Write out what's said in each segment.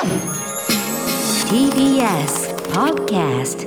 TBS Podcast。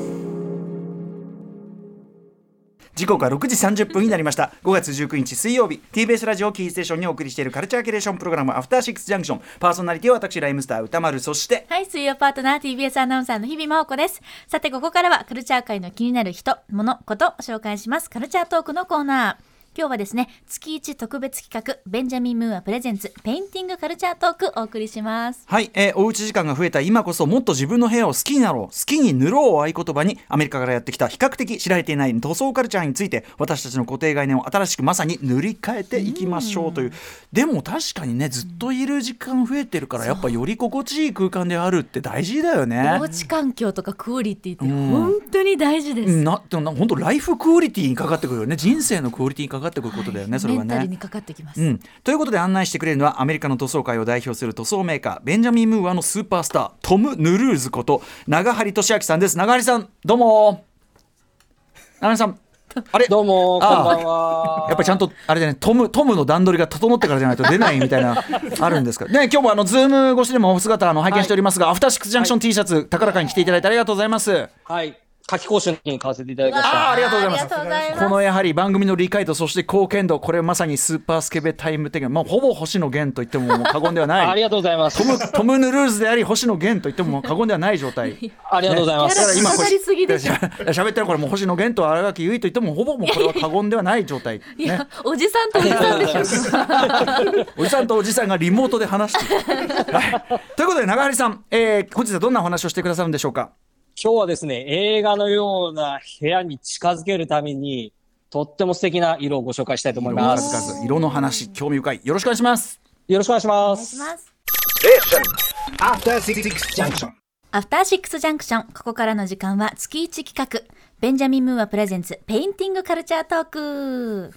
時刻は6時30分になりました。5月19日水曜日、 TBS ラジオキーステーションにお送りしているカルチャーキュレーションプログラムアフターシックスジャンクション。パーソナリティは私ライムスター歌丸、そしてはい、水曜パートナー TBS アナウンサーの日々真央子です。さて、ここからはカルチャー界の気になる人、物、ことを紹介します。カルチャートークのコーナー。今日はですね、月1特別企画ベンジャミン・ムーアプレゼンツペインティングカルチャートークお送りします。 はい、おうち時間が増えた今こそもっと自分の部屋を好きになろう、好きに塗ろうを合言葉に、アメリカからやってきた比較的知られていない塗装カルチャーについて、私たちの固定概念を新しくまさに塗り替えていきましょうという。でも確かにね、ずっといる時間増えてるから、やっぱより心地いい空間であるって大事だよね。 おうち環境とかクオリティって本当に大事です。 本当ライフクオリティにかかってくるよね。人生のクオリティにかかってくることだよね、それはね。 メンタルにかかってきます、 ということで案内してくれるのは、アメリカの塗装界を代表する塗装メーカーベンジャミン・ムーアのスーパースタートム・ヌルーズこと永張俊明さんです。永張さん、どうも。永張さん、あれ、 どうも、こんばんは。 やっぱりちゃんとあれでね、トムの段取りが整ってからじゃないと出ないみたいなあるんですかね。今日もズーム越しでもお姿拝見しておりますが、アフターシックスジャンクション T シャツ、高らかに着ていただいてありがとうございます。 はい。夏季講習に買わせていただきました。 ありがとうございます。 ありがとうございます。 このやはり番組の理解度、そして貢献度、これまさにスーパースケベタイム的な、ほぼ星野源と言っても過言ではないありがとうございます。 トム・ヌルーズであり星野源と言っても過言ではない状態ありがとうございます。 キャラ今かかりすぎでしょ。 喋ってるこれもう星野源と新垣結衣と言ってもほぼもうこれは過言ではない状態、 いや、おじさんとおじさんでしょおじさんとおじさんがリモートで話している、はい、ということで永張さん、本日はどんなお話をしてくださるんでしょうか。 今日はですね、映画のような部屋に近づけるために、とっても素敵な色をご紹介したいと思います。 色の話、興味深い。よろしくお願いします。 よろしくお願いしまお願いしす。 ます。 アフターシックスジャンクション。 アフターシックスジャンクション。ここからの時間は月1企画ベンジャミン・ムーアプレゼンツペインティングカルチャートーク。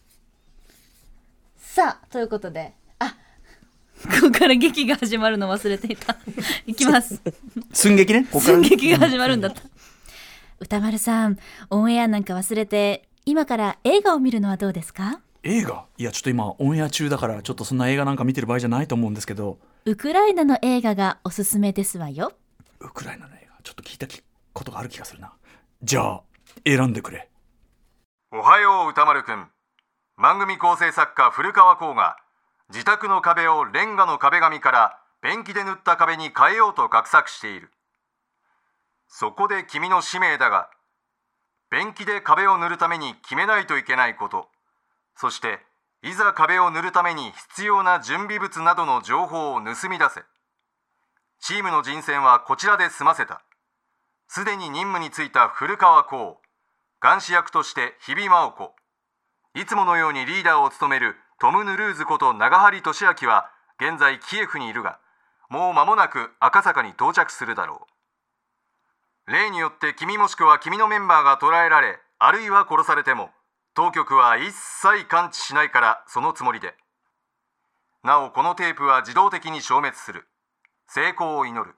さあ、ということで、ここから劇が始まるの忘れていた。いきます。 寸劇ね。ここから寸劇が始まるんだった。歌丸さん、オンエアなんか忘れて今から映画を見るのはどうですか？ 映画、いやちょっと今オンエア中だから、ちょっとそんな映画なんか見てる場合じゃないと思うんですけど。 ウクライナの映画がおすすめですわよ。 ウクライナの映画、ちょっと聞いたことがある気がするな。じゃあ選んでくれ。 おはよう歌丸くん。番組構成作家古川光が自宅の壁をレンガの壁紙からペンキで塗った壁に変えようと画策している。そこで君の使命だが、ペンキで壁を塗るために決めないといけないこと、そしていざ壁を塗るために必要な準備物などの情報を盗み出せ。チームの人選はこちらで済ませた。すでに任務に就いた古川光、監視役として日比真央子、いつものようにリーダーを務めるトム・ヌルーズこと永張俊明は現在キエフにいるが、もう間もなく赤坂に到着するだろう。例によって君もしくは君のメンバーが捕らえられ、あるいは殺されても当局は一切関知しないから、そのつもりで。なおこのテープは自動的に消滅する。成功を祈る。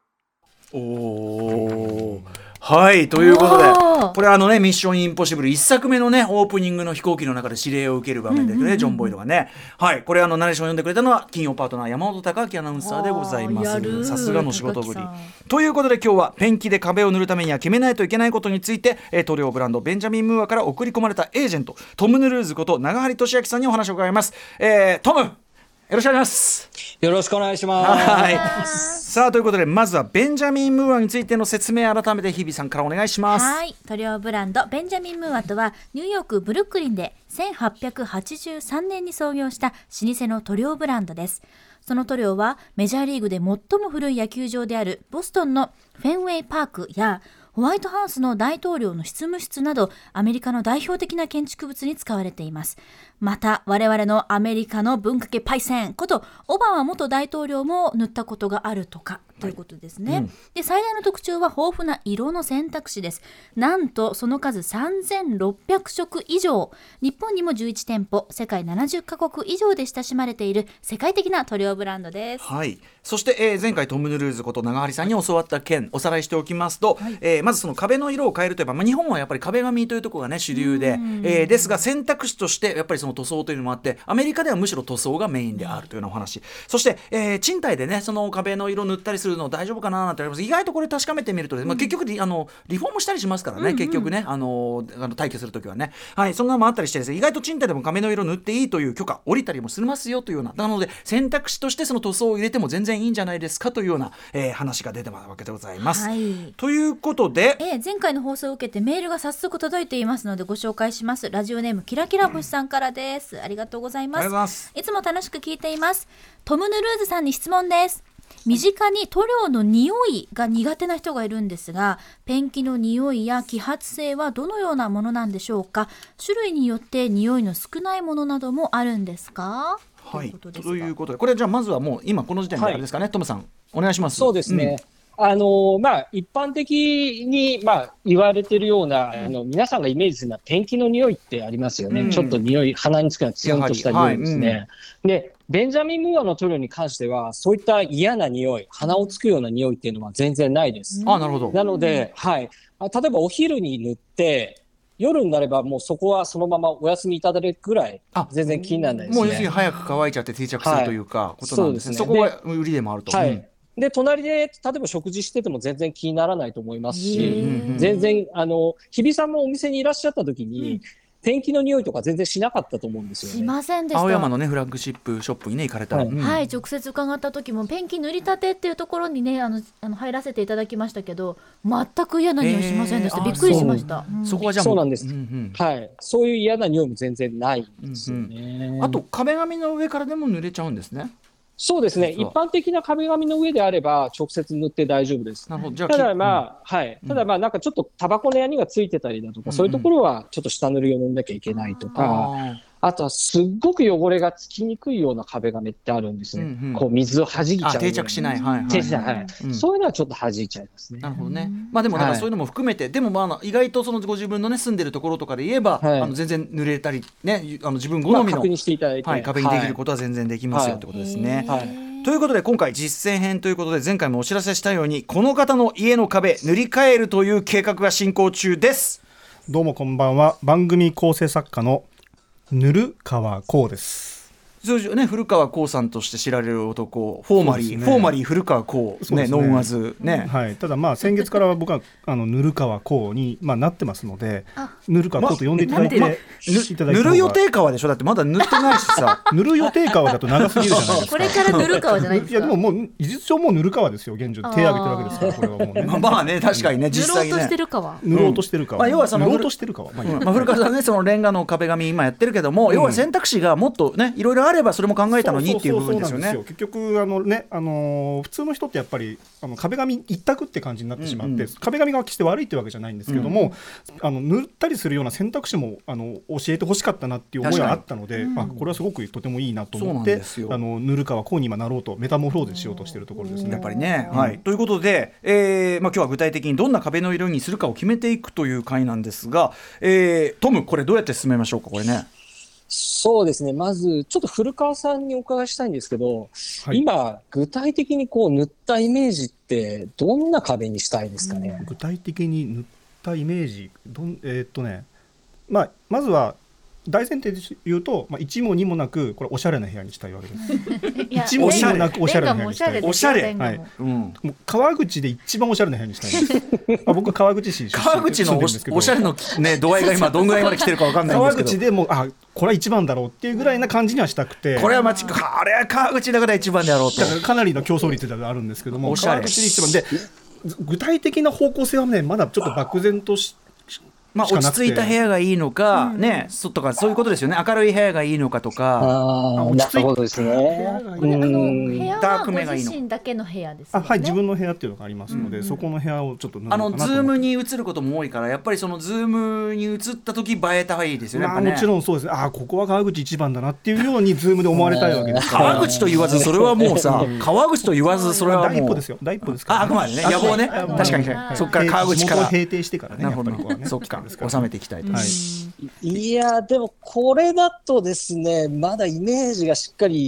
おー、はい、ということで、これミッションインポッシブル1作目のね、オープニングの飛行機の中で指令を受ける場面でね、ジョン・ボイドがね、はい、これナレーションを読んでくれたのは金曜パートナー山本貴明アナウンサーでございます。さすがの仕事ぶりということで、今日はペンキで壁を塗るためには決めないといけないことについて、塗料ブランドベンジャミン・ムーアから送り込まれたエージェントトム・ヌルーズこと永張俊明さんにお話を伺います。トム、よろしくお願いします。 よろしくお願いします。 はい。さあ、ということで、まずはベンジャミン・ムーアについての説明、改めて日比さんからお願いします。 はい、塗料ブランドベンジャミン・ムーアとはニューヨークブルックリンで1883年に創業した老舗の塗料ブランドです。その塗料はメジャーリーグで最も古い野球場であるボストンのフェンウェイパークやホワイトハウスの大統領の執務室など、アメリカの代表的な建築物に使われています。また我々のアメリカの文化系パイセンことオバマ元大統領も塗ったことがあるとかということですね、で最大の特徴は豊富な色の選択肢です。なんとその数3600色以上、日本にも11店舗、世界70カ国以上で親しまれている世界的な塗料ブランドです。 はい、そして、前回トム・ヌルーズこと永張さんに教わった件おさらいしておきますと、まずその壁の色を変えるといえば、日本はやっぱり壁紙というところがね主流で、ですが選択肢としてやっぱりその塗装というのもあって、アメリカではむしろ塗装がメインであるというようなお話。そして、賃貸でねその壁の色塗ったりするの大丈夫かななんてあります。意外とこれ確かめてみると、結局リフォームしたりしますからね、結局ね退去するときはね、はい、そんなのもあったりしてですね、意外と賃貸でも壁の色塗っていいという許可降りたりもしますよというような、なので選択肢としてその塗装を入れても全然いいんじゃないですかというような、話が出てますわけでございます、 はい、 ということで、 前回の放送を受けてメールが早速届いていますのでご紹介します。ラジオネームキラキラ星さんからです、ありがとうございます。 ありがとうございます。 いつも楽しく聞いています。トム・ヌルーズさんに質問です。身近に塗料の匂いが苦手な人がいるんですが、ペンキの匂いや揮発性はどのようなものなんでしょうか。種類によって匂いの少ないものなどもあるんですか。 はい、ということで、これじゃあまずはもう今この時点であれですかね、トムさんお願いします。 そうですね、一般的に、言われているような皆さんがイメージするのはペンキの匂いってありますよね、ちょっと匂い鼻につくようなツンとした匂いですね、でベンジャミン・ムーアの塗料に関してはそういった嫌な匂い、鼻をつくような匂いっていうのは全然ないです。 なるほど。 なので、はい、例えばお昼に塗って夜になればもうそこはそのままお休みいただけるくらい全然気にならないですね。 もう要するに早く乾いちゃって定着するというか、ことなんですね。そこが売りでもあると。 で隣で例えば食事してても全然気にならないと思いますし、全然日比さんもお店にいらっしゃった時に、ペンキの匂いとか全然しなかったと思うんですよね。 しませんでした。 青山のねフラッグシップショップにね行かれたら、 はい、直接伺った時もペンキ塗りたてっていうところにね入らせていただきましたけど、全く嫌な匂いしませんでした。びっくりしました。 そこはじゃあそうなんです、はい、そういう嫌な匂いも全然ないんですよね、 あと壁紙の上からでも塗れちゃうんですね。 そうですね、一般的な壁紙の上であれば直接塗って大丈夫です。ただなんかちょっとタバコのヤニがついてたりだとか、そういうところはちょっと下塗りを塗んなきゃいけないとか、あとはすっごく汚れがつきにくいような壁紙ってあるんですね、こう水を弾いちゃう、 定着しない、 そういうのはちょっと弾いちゃいますね。 なるほどね。でもなんかそういうのも含めて、でも意外とそのご自分のね住んでるところとかで言えば、全然塗れたりね、自分好みの、 確認していただいて、 壁にできることは全然できますよってことですね。ということで今回実践編ということで、前回もお知らせしたようにこの方の家の壁塗り替えるという計画が進行中です。 どうもこんばんは。番組構成作家のぬる川光です。 通常ね、古川光さんとして知られる男、フォーマリー古川光、ノンアズね。 はい。ただ先月から僕はぬる川光になってますので、ぬる川光と呼んでいただいて、 塗る予定川でしょ。だってまだ塗ってないしさ。 塗る予定川だと長すぎるじゃないですか。 これから塗る川じゃないですか。 いやでももう事実上もうぬる川ですよ。現状手を挙げてるわけですから、これはもうね。 まあね、確かにね、実際にね。 塗ろうとしてる川。 塗ろうとしてる川。 要はその塗ろうとしてる川。 古川さんね、そのレンガの壁紙今やってるけども、要は選択肢がもっとねいろいろあればそれも考えたのにっていう部分ですよね。 結局普通の人ってやっぱり壁紙一択って感じになってしまって、壁紙が決して悪いってわけじゃないんですけども、塗ったりするような選択肢も教えてほしかったなっていう思いがあったので、これはすごくとてもいいなと思って、塗る川こうに今なろうとメタモフローゼしようとしているところですね。 やっぱりね、ということで、今日は具体的にどんな壁の色にするかを決めていくという回なんですが、トムこれどうやって進めましょうか。これね、 そうですね、まずちょっと古川さんにお伺いしたいんですけど、今具体的にこう塗ったイメージってどんな壁にしたいですかね。 具体的に塗ったイメージまずは大前提で言うと、1も2もなくこれおしゃれな部屋にしたいわけです。1も2もなくおしゃれな部屋にしたい。 おしゃれ、 もう川口で一番おしゃれな部屋にしたいんです。僕は川口市出身。 川口のおしゃれの、ね、度合いが今どんぐらいまで来てるか分かんないんですけど、 川口でもこれは一番だろうっていうぐらいな感じにはしたくて、 これは川口だから一番であろうと。 だからかなりの競争率であるんですけども、 おしゃれ川口で一番で、具体的な方向性はねまだちょっと漠然と落ち着いた部屋がいいのか、とかそういうことですよね。明るい部屋がいいのかとか。 なるほどですね。 部屋はご自身だけの部屋ですよね。 はい、自分の部屋っていうのがありますので、そこの部屋をちょっとズームに映ることも多いから、やっぱりそのズームに映った時映えた方がいいですよね。 もちろんそうですね。ここは川口一番だなっていうようにズームで思われたいわけですから。 川口と言わずそれはもうさ川口と言わずそれはもう第一歩ですよ。第一歩ですから。 あくまでね、野望ね。確かにそこから川口から閉店してからね。 なるほどね。そっか、収めていきたい。 いやでもこれだとですね、まだイメージがしっかり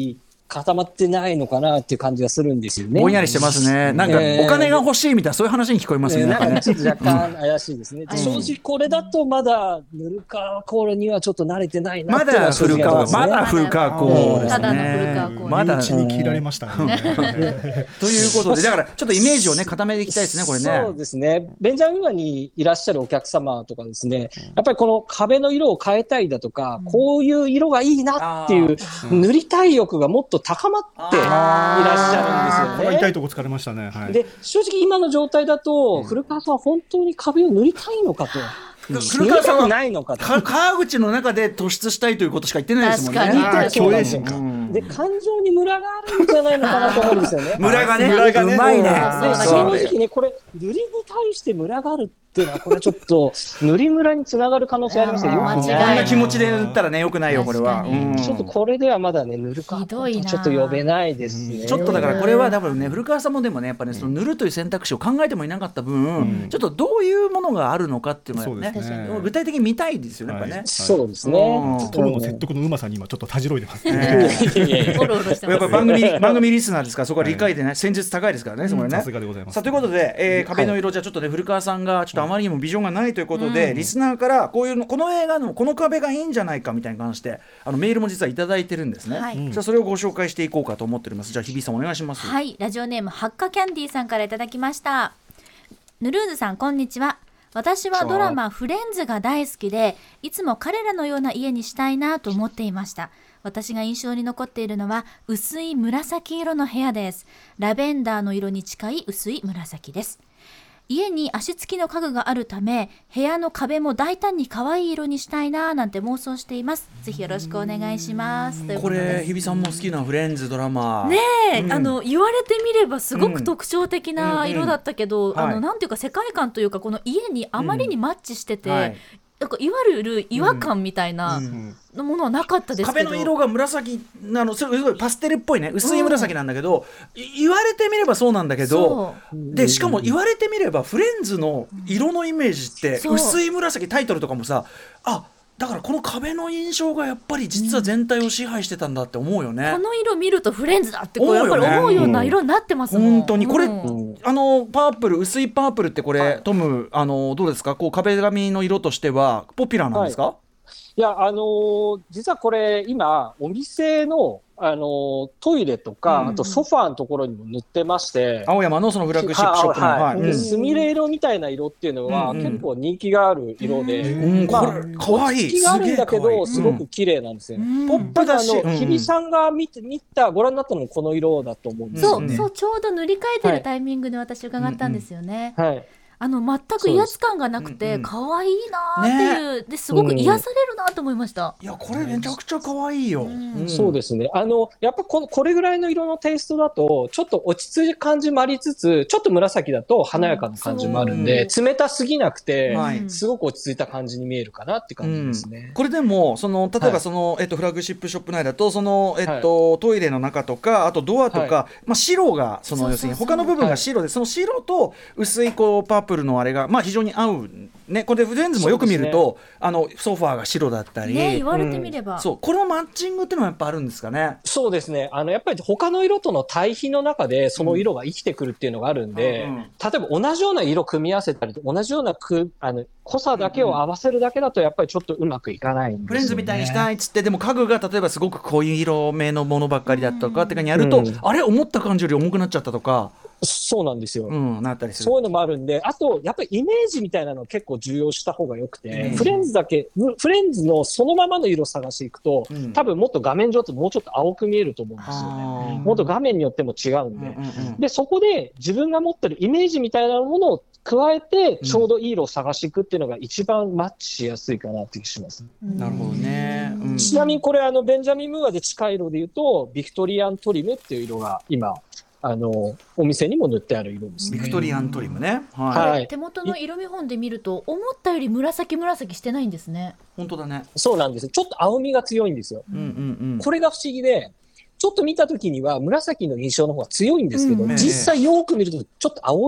固まってないのかなっていう感じがするんですよね。 ぼんやりしてますね。なんかお金が欲しいみたいなそういう話に聞こえますね。 なんかちょっと若干怪しいですね。正直これだとまだヌルカコールにはちょっと慣れてないなっていうのは正直ありますね。 まだ古川コールですね。 ただの古川コール。 まだ身内に切られましたね。 ということでだからちょっとイメージをね固めていきたいですねこれね。 そうですね。ベンジャミン湾にいらっしゃるお客様とかですね、やっぱりこの壁の色を変えたいだとか、こういう色がいいなっていう塗りたい欲がもっと高まっていらっしゃるんですよね。 痛いとこ疲れましたね。はい。 で、正直今の状態だと、古川さんは本当に壁を塗りたいのかと。 古川さんはないのかと。 川口の中で突出したいということしか言ってないですもんね。 確かに共栄心か。 で、感情にムラがあるんじゃないのかなと思うんですよね。 ムラがね、うまいね。 正直ね、これ、塗りに対してムラがあるっていうのは、これちょっと、塗りムラにつながる可能性ありますよ。 間違いないこんな気持ちで塗ったらね、よくないよ、これは。 ちょっとこれではまだね、塗るか。 ひどいな。 ちょっと呼べないですね。 ちょっとだからこれは多分ね古川さんもでもねやっぱねその塗るという選択肢を考えてもいなかった分、ちょっとどういうものがあるのかっていうのがね具体的に見たいですよねやっぱね。 そうですね。 トロの説得のうまさに今ちょっとたじろいでますね。 やっぱ番組リスナーですからそこは理解でね戦術高いですからねそこね。 さすがでございます。 さあということで壁の色じゃちょっとね古川さんがちょっとあまりにもビジョンがないということでリスナーからこういうこの映画のこの壁がいいんじゃないかみたいに関してメールも実はいただいてるんですね。じゃあそれをご紹介していこうかと思っております。じゃあ日比さんお願いします。 はい、ラジオネームハッカキャンディーさんからいただきました。ヌルーズさんこんにちは。私はドラマフレンズが大好きでいつも彼らのような家にしたいなと思っていました。私が印象に残っているのは薄い紫色の部屋です。ラベンダーの色に近い薄い紫です。家に足つきの家具があるため部屋の壁も大胆に可愛い色にしたいななんて妄想しています。ぜひよろしくお願いします。 これ日比さんも好きなフレンズドラマねえ、言われてみればすごく特徴的な色だったけど、なんていうか世界観というかこの家にあまりにマッチしてて、なんかいわゆる違和感みたいなものはなかったですけど、 壁の色が紫すごいパステルっぽいね薄い紫なんだけど、言われてみればそうなんだけどでしかも言われてみればフレンズの色のイメージって薄い紫タイトルとかもさだからこの壁の印象がやっぱり実は全体を支配してたんだって思うよね。 この色見るとフレンズだってやっぱり思うような色になってますもん。 本当にこれ、パープル薄いパープルってこれ、トムどうですかこう壁紙の色としてはポピュラーなんですか？ いや実はこれ今お店のトイレとか、あとソファーのところにも塗ってまして、 青山のそのフラッグシップショップのスミレ色みたいな色っていうのは、結構人気がある色で、 これかわいい。 人気があるんだけどすごく綺麗なんですよね。ポップだし、日比さんがご覧になったのもこの色だと思うんですよね。 そうちょうど塗り替えてるタイミングで私伺ったんですよね。全く威圧感がなくて可愛いなっていう、ですごく癒されるなと思いました。 いやこれめちゃくちゃ可愛いよ。 そうですね。やっぱこれぐらいの色のテイストだとちょっと落ち着いた感じもありつつ、ちょっと紫だと華やかな感じもあるんで、冷たすぎなくてすごく落ち着いた感じに見えるかなって感じですね。 これでも例えばフラッグシップショップ内だとトイレの中とかあとドアとか、白が要するに他の部分が白で、その白と薄いこうパープルのあれが非常に合うね。これでフレンズもよく見ると、ソファーが白だったり、 言われてみれば、 このマッチングっていうのはやっぱあるんですかね。 そうですね。やっぱり他の色との対比の中でその色が生きてくるっていうのがあるんで、例えば同じような色組み合わせたり同じような濃さだけを合わせるだけだとやっぱりちょっとうまくいかないんですよね。 フレンズみたいにしたいっつってでも家具が例えばすごく濃い色目のものばっかりだとかってかにやると、あれ思った感じより重くなっちゃったとか。 そうなんですよ。 なったりする。 そういうのもあるんで、あとやっぱりイメージみたいなのを結構重要した方がよくて、フレンズのそのままの色を探していくと、多分もっと画面上ともうちょっと青く見えると思うんですよね。もっと画面によっても違うんで、でそこで自分が持ってるイメージみたいなものを加えてちょうどいい色を探していくっていうのが一番マッチしやすいかなって気がします。 なるほどね。 ちなみにこれベンジャミン・ムーアで近い色で言うとビクトリアントリムっていう色が今お店にも塗ってある色ですね。 ビクトリアントリムね。 手元の色見本で見ると思ったより紫してないんですね。 本当だね。 そうなんです。ちょっと青みが強いんですよ。これが不思議で、ちょっと見た時には紫の印象の方が強いんですけど、実際よく見るとちょっと青い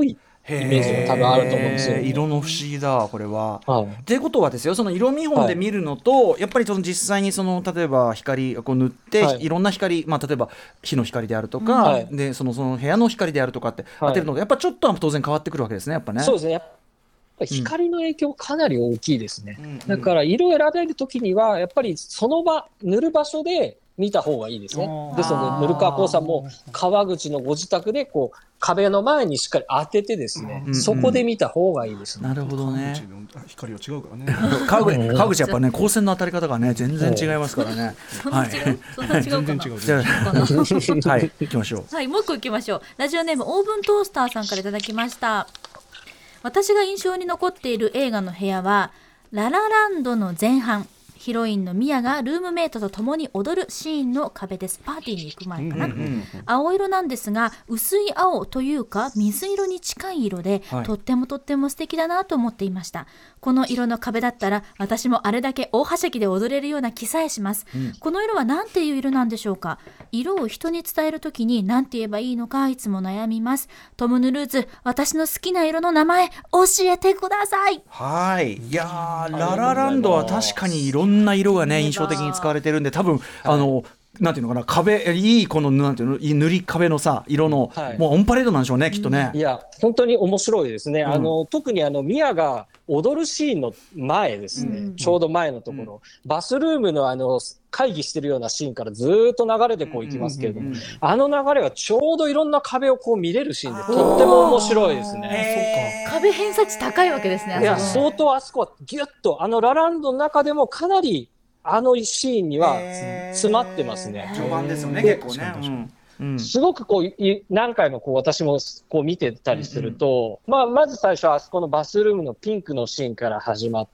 イメージが多分あると思うんですよ。 色の不思議だこれは。 はい、 っていうことはですよ、その色見本で見るのと、やっぱりその実際にその例えば光をこう塗って、いろんな光、例えば火の光であるとか、でその部屋の光であるとかって当てるのがやっぱちょっとは当然変わってくるわけですね、やっぱね。 そうですね、やっぱ光の影響かなり大きいですね。だから色を選べるときにはやっぱりその場塗る場所で見た方がいいですね。でその塗川光さんも川口のご自宅でこう壁の前にしっかり当ててですね、そこで見た方がいいですね。 なるほどね。 光は違うからね。 川口やっぱね、光線の当たり方がね全然違いますからね。 そんな違う、そんな違うかな。 全然違う。 じゃあはい行きましょう。 はい、もう一個行きましょう。ラジオネームオーブントースターさんからいただきました。私が印象に残っている映画の部屋はララランドの前半、ヒロインのミアがルームメイトと共に踊るシーンの壁です。パーティーに行く前かな。青色なんですが薄い青というか水色に近い色で、とっても素敵だなと思っていました。この色の壁だったら私もあれだけ大はしゃぎで踊れるような気さえします。この色は何ていう色なんでしょうか。色を人に伝えるときに何て言えばいいのかいつも悩みます。トム・ヌルーズ、私の好きな色の名前教えてください。 はい、いやララランドは確かにいろんな色がね印象的に使われてるんで、多分なんていうのかな、壁いいこのなんていうの塗り壁のさ色の、もうオンパレードなんでしょうね、きっとね。 いや本当に面白いですね。特にミアが踊るシーンの前ですね、ちょうど前のところ、バスルームの会議してるようなシーンからずっと流れでこういきますけれども、流れはちょうどいろんな壁をこう見れるシーンでとっても面白いですね。 壁偏差値高いわけですね。 いや相当あそこはギュッとラランドの中でもかなりシーンには詰まってますね。 序盤ですよね、結構ね。 すごくこう何回もこう私もこう見てたりすると、まず最初あそこのバスルームのピンクのシーンから始まって、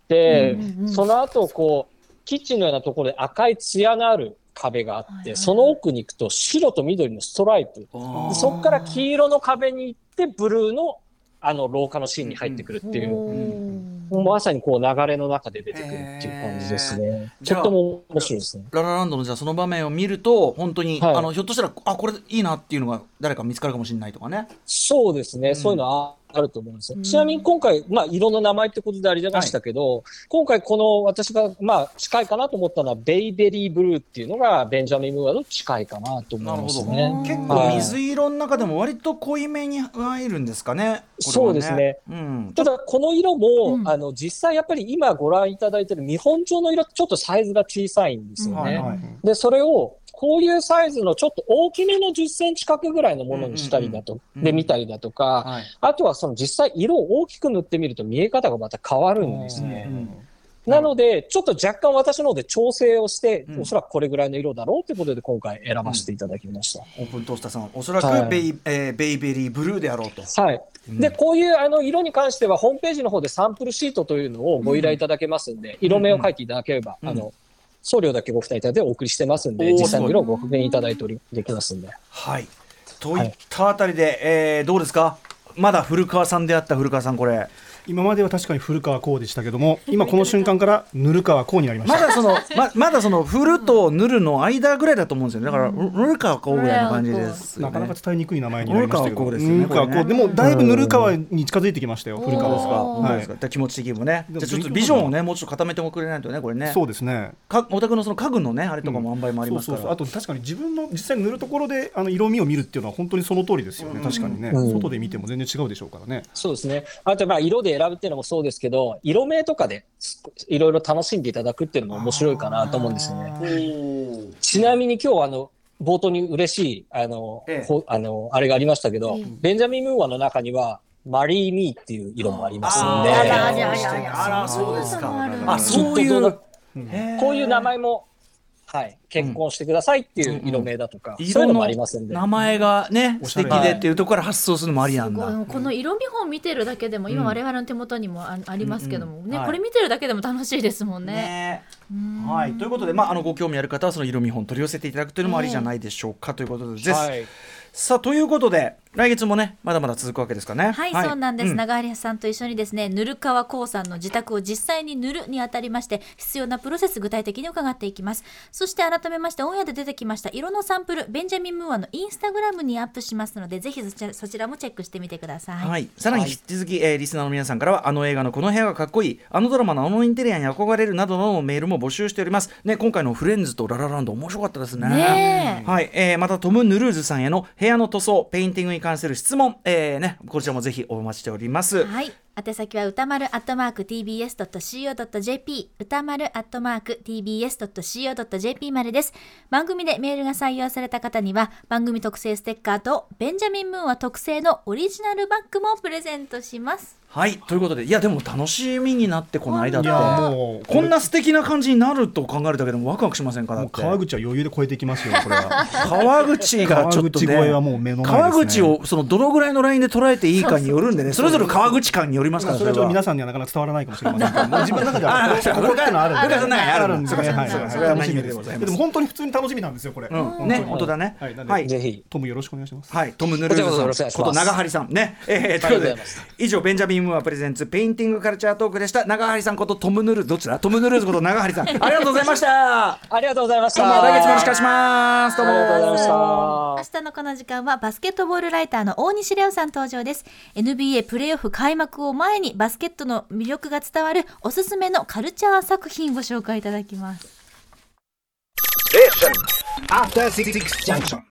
その後こうキッチンのようなところで赤い艶のある壁があって、その奥に行くと白と緑のストライプ、そこから黄色の壁に行ってブルーの廊下のシーンに入ってくるっていう、まさにこう流れの中で出てくるっていう感じですね。とっても面白いですね。 ララランドのじゃあその場面を見ると本当に、ひょっとしたらこれいいなっていうのが誰か見つかるかもしれないとかね。 そうですね、そういうのはあると思うんですよ。ちなみに今回、色の名前ってことでありましたけど、今回この私が近いかなと思ったのはベイベリーブルーっていうのがベンジャミン・ムーアの近いかなと思いますね。 結構水色の中でも割と濃いめに入るんですかね。 そうですね。ただこの色も、実際やっぱり今ご覧いただいている見本上の色ってちょっとサイズが小さいんですよね。でそれをこういうサイズのちょっと大きめの10センチ角ぐらいのものにしたりだと、で見たりだとか、あとはその実際色を大きく塗ってみると見え方がまた変わるんですね。なのでちょっと若干私の方で調整をして、おそらくこれぐらいの色だろうということで今回選ばせていただきました。 オープントースターさん、おそらくベイベリーブルーであろうと。 でこういう色に関してはホームページの方でサンプルシートというのをご依頼いただけますんで、色名を書いていただければ、送料だけご負担いただいてお送りしてますんで、実際の色をご確認いただいてできますんで。 といったあたりで、どうですか。まだ古川さんであった古川さん、これ今までは確かに古川光でしたけども、今この瞬間からぬる川光になりました。 まだその古とぬるの間ぐらいだと思うんですよね。だからぬる川光ぐらいの感じですよね。 なかなか伝えにくい名前になりましたけど、 ぬる川光でもだいぶぬる川に近づいてきましたよ。古川ですか。気持ち的にもね。じゃあちょっとビジョンをねもうちょっと固めておくれないとね、これね。 そうですね。 お宅のその家具のねあれとかも塩梅もありますから。 あと確かに自分の実際に塗るところで色味を見るっていうのは本当にその通りですよね。確かにね、外で見ても全然違うでしょうからね。 そうですね。あと色で選ぶっていうのもそうですけど、色名とかでいろいろ楽しんでいただくっていうのも面白いかなと思うんですよね。ちなみに今日冒頭に嬉しいあれがありましたけど、ベンジャミン・ムーアの中にはマリー・ミーっていう色もありますんで、 そうですか。 そういうこういう名前も結婚してくださいっていう色名だとか、そういうのもありますんで、 名前がね素敵でっていうところから発想するのもありなんだ。 この色見本見てるだけでも、今我々の手元にもありますけどもね、これ見てるだけでも楽しいですもんね。ということで、ご興味ある方はその色見本取り寄せていただくというのもありじゃないでしょうかということです。 さあということで来月もねまだまだ続くわけですかね。 はい、そうなんです、長有さんと一緒にですね、ぬるかわこうさんの自宅を実際に塗るにあたりまして必要なプロセス具体的に伺っていきます。そして改めましてオンエアで出てきました色のサンプル、ベンジャミン・ムーアのインスタグラムにアップしますので、ぜひそちらもチェックしてみてください。 はい、さらに引き続き、リスナーの皆さんからはあの映画のこの部屋がかっこいい、あのドラマのあのインテリアに憧れるなどのメールも募集しております、ね、今回のフレンズとララランド面白かったですね。はい、またトム・ヌルーズさんへの部屋の塗装ペインティングに関する質問、こちらもぜひお待ちしております。 はい、宛先は歌丸@tbs.co.jp 歌丸@tbs.co.jp までです。番組でメールが採用された方には番組特製ステッカーとベンジャミン・ムーア特製のオリジナルバッグもプレゼントします。 はい、ということで、いやでも楽しみになってこの間ってもうこんな素敵な感じになると考えるだけでもワクワクしませんか。だって川口は余裕で超えていきますよこれは。 川口がちょっとね、 川口越えはもう目の前ですね。 川口をそのどのぐらいのラインで捉えていいかによるんでね、それぞれ川口感によりますから。 それはちょっと皆さんにはなかなか伝わらないかもしれませんけど、もう自分の中ではここってのあるんで、あるんで、楽しみです。でも本当に普通に楽しみなんですよこれ。ね、 本当だね。 はい、ぜひトムよろしくお願いします。 はい、トムヌルーズさんこと長張さんね。ということで以上ベンジャミン・ムーアプレゼンツペインティングカルチャートークでした。長張さんことトムヌルーズ、どっちだ、トムヌルーズこと長張さんありがとうございました。 ありがとうございました。 どうも来月もよろしくお願いします。どうもありがとうございました。 明日のこの時間はバスケットボールライターの大西レオさん登場です。 NBA プレーオフ開幕を前にバスケットの魅力が伝わるおすすめのカルチャー作品をご紹介いただきます。 After 66 junction.